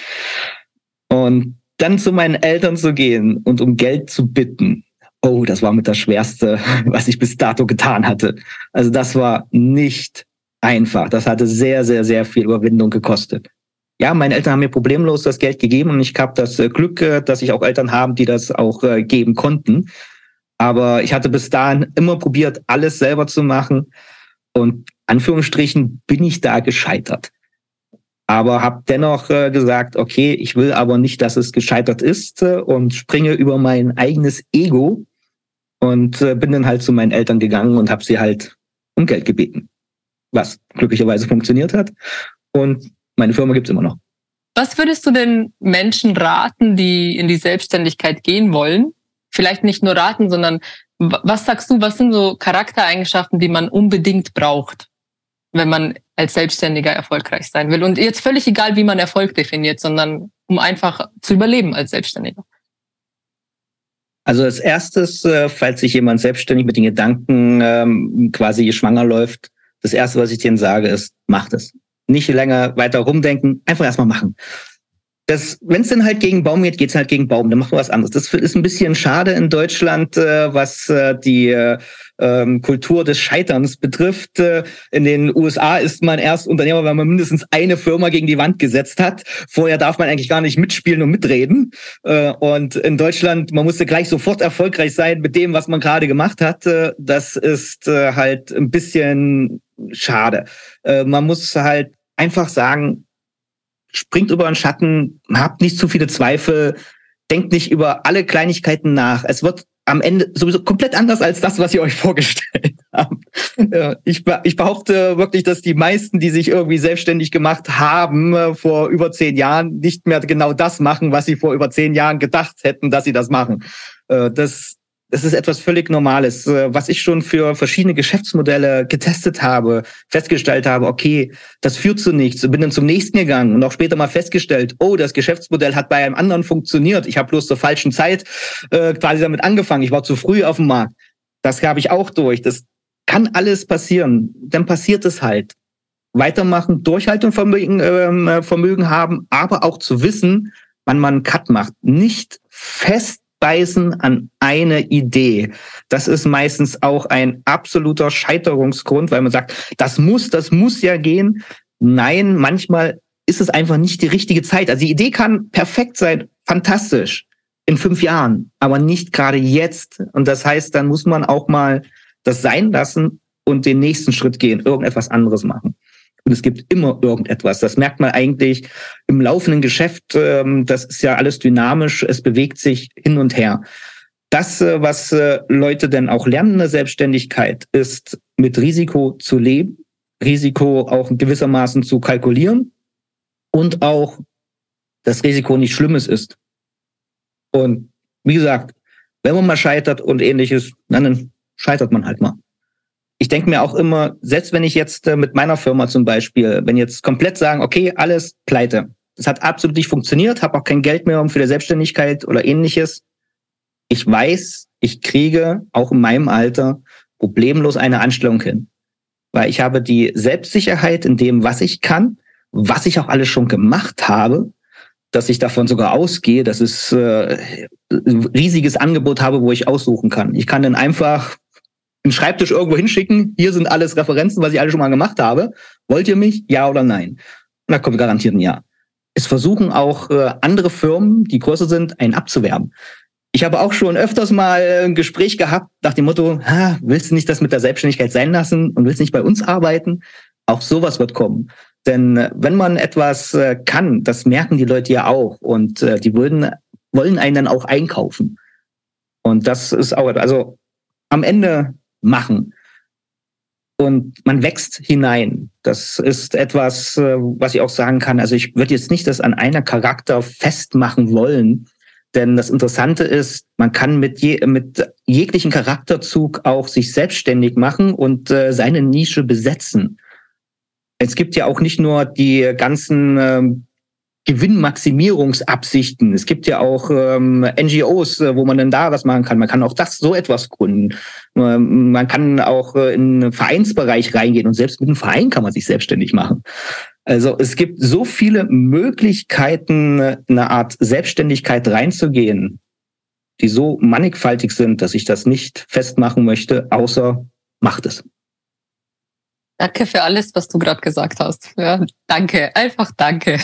Und dann zu meinen Eltern zu gehen und um Geld zu bitten, oh, das war mit das Schwerste, was ich bis dato getan hatte. Also das war nicht einfach. Das hatte sehr, sehr, sehr viel Überwindung gekostet. Ja, meine Eltern haben mir problemlos das Geld gegeben und ich habe das Glück, dass ich auch Eltern habe, die das auch geben konnten. Aber ich hatte bis dahin immer probiert, alles selber zu machen und Anführungsstrichen bin ich da gescheitert. Aber habe dennoch äh, gesagt, okay, ich will aber nicht, dass es gescheitert ist äh, und springe über mein eigenes Ego und äh, bin dann halt zu meinen Eltern gegangen und habe sie halt um Geld gebeten, was glücklicherweise funktioniert hat und meine Firma gibt's immer noch. Was würdest du denn Menschen raten, die in die Selbstständigkeit gehen wollen? Vielleicht nicht nur raten, sondern was sagst du, was sind so Charaktereigenschaften, die man unbedingt braucht, wenn man als Selbstständiger erfolgreich sein will? Und jetzt völlig egal, wie man Erfolg definiert, sondern um einfach zu überleben als Selbstständiger. Also als erstes, falls sich jemand selbstständig mit den Gedanken ähm, quasi schwanger läuft, das Erste, was ich denen sage, ist, macht es. Nicht länger weiter rumdenken, einfach erstmal machen. Das, wenn es dann halt gegen Baum geht, geht's halt gegen Baum. Dann machen wir was anderes. Das ist ein bisschen schade in Deutschland, äh, was äh, die äh, Kultur des Scheiterns betrifft. Äh, in den U S A ist man erst Unternehmer, wenn man mindestens eine Firma gegen die Wand gesetzt hat. Vorher darf man eigentlich gar nicht mitspielen und mitreden. Äh, und in Deutschland, man musste gleich sofort erfolgreich sein mit dem, was man gerade gemacht hat. Äh, das ist äh, halt ein bisschen schade. Äh, man muss halt einfach sagen, springt über den Schatten, habt nicht zu viele Zweifel, denkt nicht über alle Kleinigkeiten nach. Es wird am Ende sowieso komplett anders als das, was ihr euch vorgestellt habt. Ich, ich behaupte wirklich, dass die meisten, die sich irgendwie selbstständig gemacht haben, vor über zehn Jahren nicht mehr genau das machen, was sie vor über zehn Jahren gedacht hätten, dass sie das machen. Das Das ist etwas völlig Normales, was ich schon für verschiedene Geschäftsmodelle getestet habe, festgestellt habe, okay, das führt zu nichts, bin dann zum nächsten gegangen und auch später mal festgestellt, oh, das Geschäftsmodell hat bei einem anderen funktioniert, ich habe bloß zur falschen Zeit äh, quasi damit angefangen, ich war zu früh auf dem Markt. Das habe ich auch durch, das kann alles passieren, dann passiert es halt. Weitermachen, Durchhaltungsvermögen äh, Vermögen haben, aber auch zu wissen, wann man einen Cut macht. Nicht fest beißen an eine Idee. Das ist meistens auch ein absoluter Scheiterungsgrund, weil man sagt, das muss, das muss ja gehen. Nein, manchmal ist es einfach nicht die richtige Zeit. Also die Idee kann perfekt sein, fantastisch, in fünf Jahren, aber nicht gerade jetzt. Und das heißt, dann muss man auch mal das sein lassen und den nächsten Schritt gehen, irgendetwas anderes machen. Und es gibt immer irgendetwas. Das merkt man eigentlich im laufenden Geschäft. Das ist ja alles dynamisch. Es bewegt sich hin und her. Das, was Leute denn auch lernen in der Selbstständigkeit, ist mit Risiko zu leben, Risiko auch gewissermaßen zu kalkulieren und auch das Risiko nicht Schlimmes ist. Und wie gesagt, wenn man mal scheitert und ähnliches, dann scheitert man halt mal. Ich denke mir auch immer, selbst wenn ich jetzt mit meiner Firma zum Beispiel, wenn jetzt komplett sagen, okay, alles pleite, das hat absolut nicht funktioniert, habe auch kein Geld mehr für die Selbstständigkeit oder ähnliches. Ich weiß, ich kriege auch in meinem Alter problemlos eine Anstellung hin, weil ich habe die Selbstsicherheit in dem, was ich kann, was ich auch alles schon gemacht habe, dass ich davon sogar ausgehe, dass es äh, ein riesiges Angebot habe, wo ich aussuchen kann. Ich kann dann einfach einen Schreibtisch irgendwo hinschicken. Hier sind alles Referenzen, was ich alle schon mal gemacht habe. Wollt ihr mich? Ja oder nein? Und da kommt garantiert ein Ja. Es versuchen auch äh, andere Firmen, die größer sind, einen abzuwerben. Ich habe auch schon öfters mal ein Gespräch gehabt nach dem Motto, ha, willst du nicht das mit der Selbstständigkeit sein lassen und willst nicht bei uns arbeiten? Auch sowas wird kommen. Denn äh, wenn man etwas äh, kann, das merken die Leute ja auch und äh, die würden, wollen einen dann auch einkaufen. Und das ist auch, also am Ende machen. Und man wächst hinein. Das ist etwas, äh, was ich auch sagen kann. Also ich würde jetzt nicht das an einer Charakter festmachen wollen. Denn das Interessante ist, man kann mit, je, mit jeglichen Charakterzug auch sich selbstständig machen und äh, seine Nische besetzen. Es gibt ja auch nicht nur die ganzen ähm, Gewinnmaximierungsabsichten. Es gibt ja auch ähm, N G Os, wo man dann da was machen kann. Man kann auch das so etwas gründen. Ähm, man kann auch äh, in den Vereinsbereich reingehen und selbst mit einem Verein kann man sich selbstständig machen. Also es gibt so viele Möglichkeiten, eine Art Selbstständigkeit reinzugehen, die so mannigfaltig sind, dass ich das nicht festmachen möchte, außer macht es. Danke für alles, was du gerade gesagt hast. Ja, danke, einfach danke,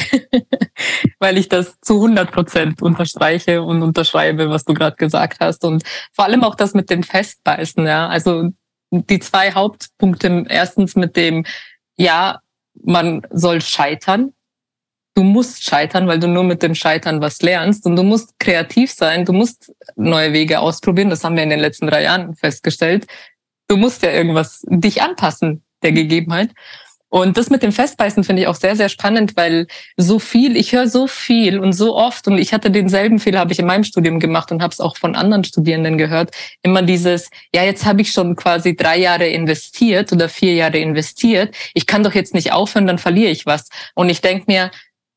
weil ich das zu hundert Prozent unterstreiche und unterschreibe, was du gerade gesagt hast. Und vor allem auch das mit dem Festbeißen. Ja, also die zwei Hauptpunkte. Erstens mit dem, ja, man soll scheitern. Du musst scheitern, weil du nur mit dem Scheitern was lernst. Und du musst kreativ sein. Du musst neue Wege ausprobieren. Das haben wir in den letzten drei Jahren festgestellt. Du musst ja irgendwas dich anpassen der Gegebenheit. Und das mit dem Festbeißen finde ich auch sehr, sehr spannend, weil so viel, ich höre so viel und so oft, und ich hatte denselben Fehler, habe ich in meinem Studium gemacht und habe es auch von anderen Studierenden gehört, immer dieses, ja, jetzt habe ich schon quasi drei Jahre investiert oder vier Jahre investiert, ich kann doch jetzt nicht aufhören, dann verliere ich was. Und ich denke mir,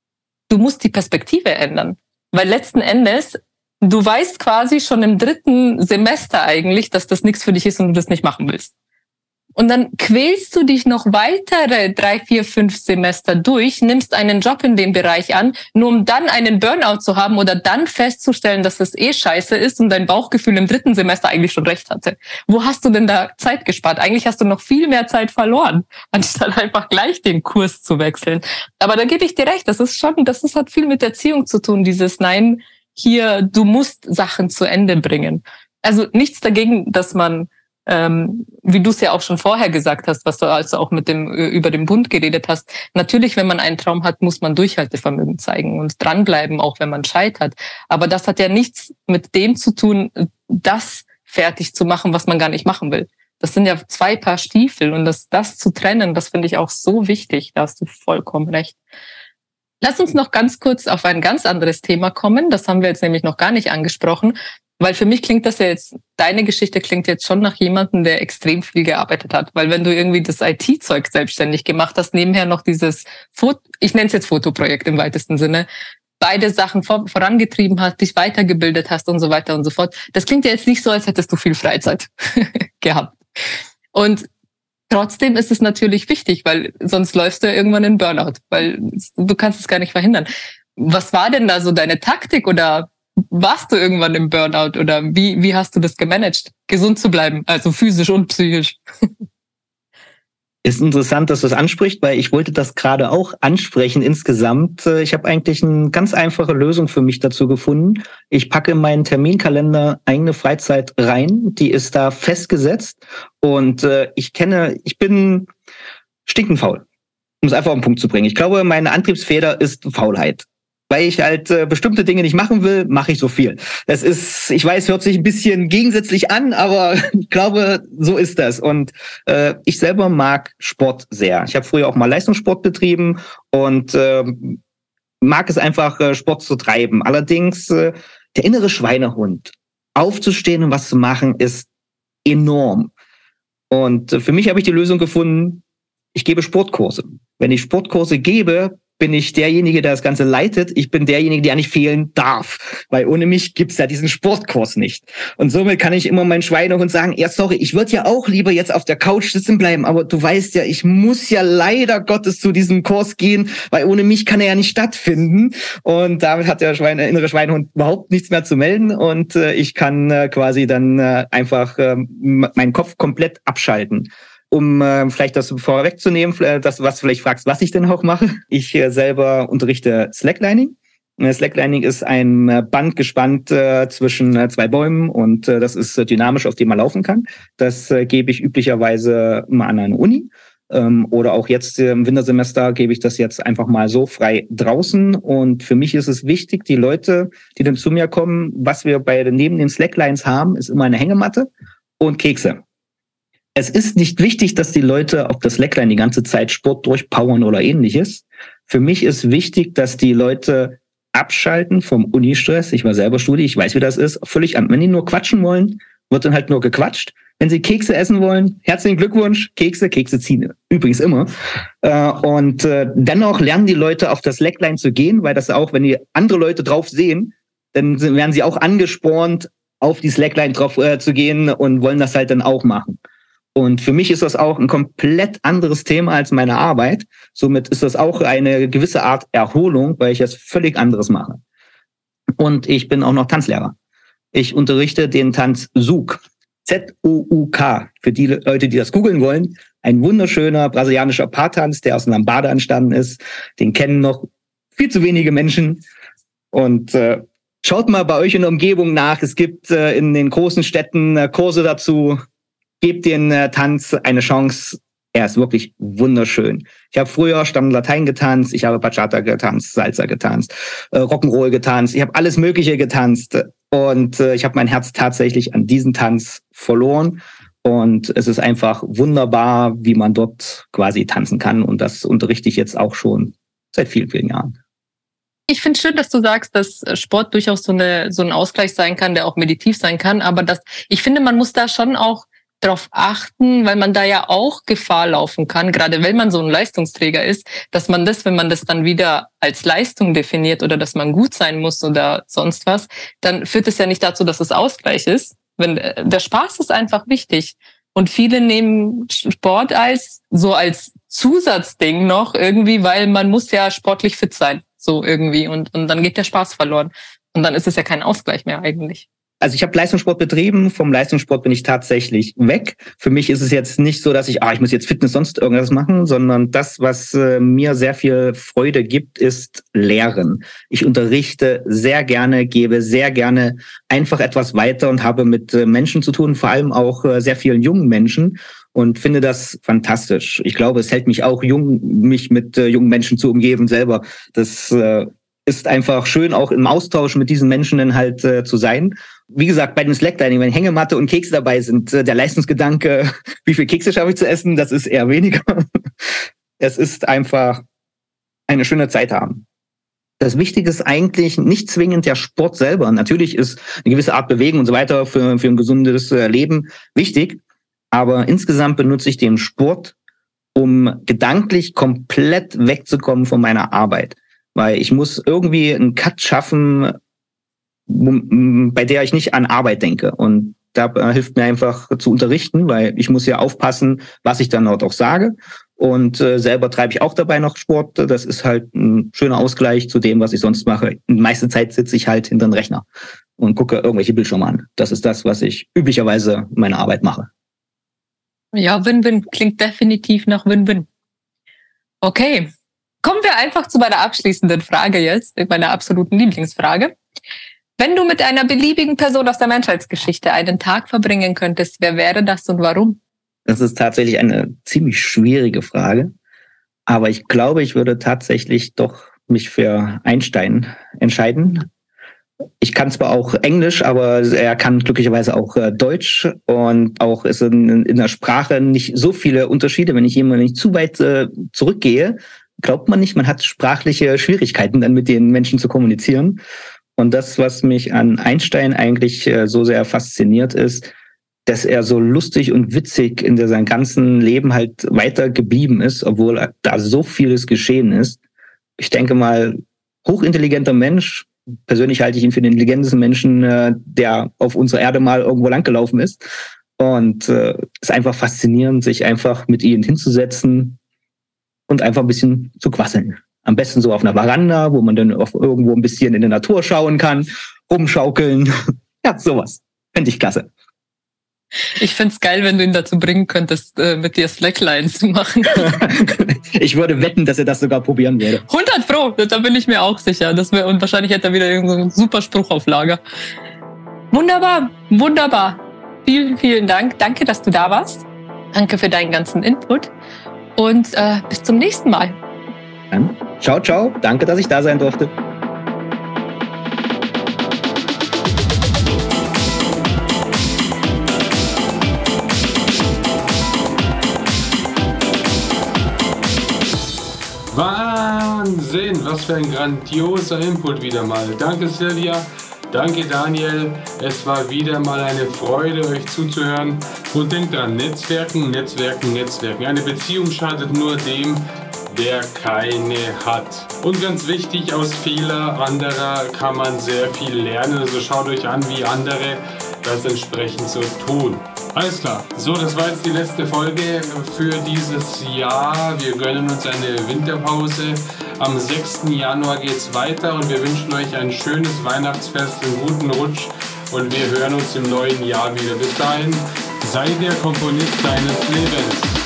du musst die Perspektive ändern, weil letzten Endes, du weißt quasi schon im dritten Semester eigentlich, dass das nichts für dich ist und du das nicht machen willst. Und dann quälst du dich noch weitere drei, vier, fünf Semester durch, nimmst einen Job in dem Bereich an, nur um dann einen Burnout zu haben oder dann festzustellen, dass das eh scheiße ist und dein Bauchgefühl im dritten Semester eigentlich schon recht hatte. Wo hast du denn da Zeit gespart? Eigentlich hast du noch viel mehr Zeit verloren, anstatt einfach gleich den Kurs zu wechseln. Aber da gebe ich dir recht, das ist schon, das ist, hat viel mit Erziehung zu tun, dieses Nein, hier, du musst Sachen zu Ende bringen. Also nichts dagegen, dass man Ähm, wie du es ja auch schon vorher gesagt hast, was du also auch mit dem über den Bund geredet hast. Natürlich, wenn man einen Traum hat, muss man Durchhaltevermögen zeigen und dranbleiben, auch wenn man scheitert. Aber das hat ja nichts mit dem zu tun, das fertig zu machen, was man gar nicht machen will. Das sind ja zwei Paar Stiefel und das, das zu trennen, das finde ich auch so wichtig. Da hast du vollkommen recht. Lass uns noch ganz kurz auf ein ganz anderes Thema kommen. Das haben wir jetzt nämlich noch gar nicht angesprochen. Weil für mich klingt das ja jetzt, deine Geschichte klingt jetzt schon nach jemandem, der extrem viel gearbeitet hat. Weil wenn du irgendwie das I T-Zeug selbstständig gemacht hast, nebenher noch dieses, Foto, ich nenne es jetzt Fotoprojekt im weitesten Sinne, beide Sachen vor, vorangetrieben hast, dich weitergebildet hast und so weiter und so fort. Das klingt ja jetzt nicht so, als hättest du viel Freizeit gehabt. Und trotzdem ist es natürlich wichtig, weil sonst läufst du ja irgendwann in Burnout, weil du kannst es gar nicht verhindern. Was war denn da so deine Taktik oder warst du irgendwann im Burnout oder wie, wie hast du das gemanagt, gesund zu bleiben, also physisch und psychisch? Ist interessant, dass du es ansprichst, weil ich wollte das gerade auch ansprechen insgesamt. Ich habe eigentlich eine ganz einfache Lösung für mich dazu gefunden. Ich packe in meinen Terminkalender eigene Freizeit rein, die ist da festgesetzt und äh, ich kenne, ich bin stinkend faul, um es einfach auf den Punkt zu bringen. Ich glaube, meine Antriebsfeder ist Faulheit. Weil ich halt äh, bestimmte Dinge nicht machen will, mache ich so viel. Das ist, ich weiß, hört sich ein bisschen gegensätzlich an, aber ich glaube, so ist das. Und äh, ich selber mag Sport sehr. Ich habe früher auch mal Leistungssport betrieben und äh, mag es einfach, äh, Sport zu treiben. Allerdings, äh, der innere Schweinehund, aufzustehen und was zu machen, ist enorm. Und äh, für mich habe ich die Lösung gefunden, ich gebe Sportkurse. Wenn ich Sportkurse gebe, bin ich derjenige, der das Ganze leitet. Ich bin derjenige, der nicht fehlen darf. Weil ohne mich gibt's ja diesen Sportkurs nicht. Und somit kann ich immer meinen Schweinehund sagen, ja sorry, ich würde ja auch lieber jetzt auf der Couch sitzen bleiben, aber du weißt ja, ich muss ja leider Gottes zu diesem Kurs gehen, weil ohne mich kann er ja nicht stattfinden. Und damit hat der Schweine, innere Schweinehund überhaupt nichts mehr zu melden. Und äh, ich kann äh, quasi dann äh, einfach äh, meinen Kopf komplett abschalten. Um äh, vielleicht das vorwegzunehmen, das, was du vielleicht fragst, was ich denn auch mache. Ich äh, selber unterrichte Slacklining. Slacklining ist ein äh, Band gespannt äh, zwischen äh, zwei Bäumen und äh, das ist äh, dynamisch, auf dem man laufen kann. Das äh, gebe ich üblicherweise mal an eine Uni. Ähm, oder auch jetzt äh, im Wintersemester gebe ich das jetzt einfach mal so frei draußen. Und für mich ist es wichtig, die Leute, die dann zu mir kommen, was wir bei neben den Slacklines haben, ist immer eine Hängematte und Kekse. Es ist nicht wichtig, dass die Leute auf das Slackline die ganze Zeit Sport durchpowern oder ähnliches. Für mich ist wichtig, dass die Leute abschalten vom Unistress. Ich war selber Studi, ich weiß, wie das ist. Völlig an. Wenn die nur quatschen wollen, wird dann halt nur gequatscht. Wenn sie Kekse essen wollen, herzlichen Glückwunsch, Kekse, Kekse ziehen übrigens immer. Und dennoch lernen die Leute auf das Slackline zu gehen, weil das auch, wenn die andere Leute drauf sehen, dann werden sie auch angespornt, auf die Slackline drauf äh, zu gehen und wollen das halt dann auch machen. Und für mich ist das auch ein komplett anderes Thema als meine Arbeit. Somit ist das auch eine gewisse Art Erholung, weil ich das völlig anderes mache. Und ich bin auch noch Tanzlehrer. Ich unterrichte den Tanz Zouk. Z O U K. Für die Leute, die das googeln wollen. Ein wunderschöner brasilianischer Paartanz, der aus Lambada entstanden ist. Den kennen noch viel zu wenige Menschen. Und äh, schaut mal bei euch in der Umgebung nach. Es gibt äh, in den großen Städten äh, Kurse dazu. Gebt den äh, Tanz eine Chance. Er ist wirklich wunderschön. Ich habe früher Stamm Latein getanzt, ich habe Bachata getanzt, Salsa getanzt, äh, Rock'n'Roll getanzt. Ich habe alles Mögliche getanzt und äh, ich habe mein Herz tatsächlich an diesen Tanz verloren. Und es ist einfach wunderbar, wie man dort quasi tanzen kann. Und das unterrichte ich jetzt auch schon seit vielen, vielen Jahren. Ich finde es schön, dass du sagst, dass Sport durchaus so, eine, so ein Ausgleich sein kann, der auch meditativ sein kann. Aber das, ich finde, man muss da schon auch darauf achten, weil man da ja auch Gefahr laufen kann, gerade wenn man so ein Leistungsträger ist, dass man das, wenn man das dann wieder als Leistung definiert oder dass man gut sein muss oder sonst was, dann führt es ja nicht dazu, dass es Ausgleich ist. Wenn, der Spaß ist einfach wichtig. Und viele nehmen Sport als so als Zusatzding noch irgendwie, weil man muss ja sportlich fit sein, so irgendwie. Und, und dann geht der Spaß verloren. Und dann ist es ja kein Ausgleich mehr eigentlich. Also ich habe Leistungssport betrieben, vom Leistungssport bin ich tatsächlich weg. Für mich ist es jetzt nicht so, dass ich, ah, ich muss jetzt Fitness sonst irgendwas machen, sondern das, was äh, mir sehr viel Freude gibt, ist Lehren. Ich unterrichte sehr gerne, gebe sehr gerne einfach etwas weiter und habe mit äh, Menschen zu tun, vor allem auch äh, sehr vielen jungen Menschen und finde das fantastisch. Ich glaube, es hält mich auch jung, mich mit äh, jungen Menschen zu umgeben selber. Das äh, ist einfach schön, auch im Austausch mit diesen Menschen dann halt äh, zu sein. Wie gesagt, bei den Slacklining, wenn Hängematte und Kekse dabei sind, äh, der Leistungsgedanke, wie viel Kekse schaffe ich zu essen, das ist eher weniger. Es ist einfach eine schöne Zeit haben. Das Wichtige ist eigentlich nicht zwingend der Sport selber. Natürlich ist eine gewisse Art Bewegung und so weiter für, für ein gesundes äh, Leben wichtig. Aber insgesamt benutze ich den Sport, um gedanklich komplett wegzukommen von meiner Arbeit. Weil ich muss irgendwie einen Cut schaffen, bei der ich nicht an Arbeit denke. Und da hilft mir einfach zu unterrichten, weil ich muss ja aufpassen, was ich dann dort auch sage. Und äh, selber treibe ich auch dabei noch Sport. Das ist halt ein schöner Ausgleich zu dem, was ich sonst mache. Die meiste Zeit sitze ich halt hinter dem Rechner und gucke irgendwelche Bildschirme an. Das ist das, was ich üblicherweise in meiner Arbeit mache. Ja, Win-Win. Klingt definitiv nach Win-Win. Okay. Kommen wir einfach zu meiner abschließenden Frage jetzt, meiner absoluten Lieblingsfrage. Wenn du mit einer beliebigen Person aus der Menschheitsgeschichte einen Tag verbringen könntest, wer wäre das und warum? Das ist tatsächlich eine ziemlich schwierige Frage. Aber ich glaube, ich würde tatsächlich doch mich für Einstein entscheiden. Ich kann zwar auch Englisch, aber er kann glücklicherweise auch Deutsch. Und auch ist in, in der Sprache nicht so viele Unterschiede. Wenn ich jemand nicht zu weit äh, zurückgehe, glaubt man nicht, man hat sprachliche Schwierigkeiten, dann mit den Menschen zu kommunizieren. Und das, was mich an Einstein eigentlich äh, so sehr fasziniert, ist, dass er so lustig und witzig in seinem ganzen Leben halt weiter geblieben ist, obwohl da so vieles geschehen ist. ich denke mal, hochintelligenter Mensch. Persönlich halte ich ihn für den intelligentesten Menschen, äh, der auf unserer Erde mal irgendwo langgelaufen ist. Und es äh, ist einfach faszinierend, sich einfach mit ihnen hinzusetzen und einfach ein bisschen zu quasseln. Am besten so auf einer Veranda, wo man dann auf irgendwo ein bisschen in der Natur schauen kann, rumschaukeln. Ja, sowas. Fände ich klasse. Ich find's geil, wenn du ihn dazu bringen könntest, äh, mit dir Slackline zu machen. Ich würde wetten, dass er das sogar probieren würde. hundert Pro, da bin ich mir auch sicher. Das wär, und wahrscheinlich hätte er wieder irgendeinen super Spruch auf Lager. Wunderbar, wunderbar. Vielen, vielen Dank. Danke, dass du da warst. Danke für deinen ganzen Input. Und äh, bis zum nächsten Mal. Dann, ciao, ciao. Danke, dass ich da sein durfte. Wahnsinn, was für ein grandioser Input wieder mal. Danke Silvia, danke Daniel. Es war wieder mal eine Freude, euch zuzuhören. Und denkt dran, Netzwerken, Netzwerken, Netzwerken. Eine Beziehung schadet nur dem, der keine hat. Und ganz wichtig, aus Fehlern anderer kann man sehr viel lernen. Also schaut euch an, wie andere das entsprechend so tun. Alles klar. So, das war jetzt die letzte Folge für dieses Jahr. Wir gönnen uns eine Winterpause. Am sechsten Januar geht's weiter und wir wünschen euch ein schönes Weihnachtsfest, einen guten Rutsch und wir hören uns im neuen Jahr wieder. Bis dahin, sei der Komponist deines Lebens.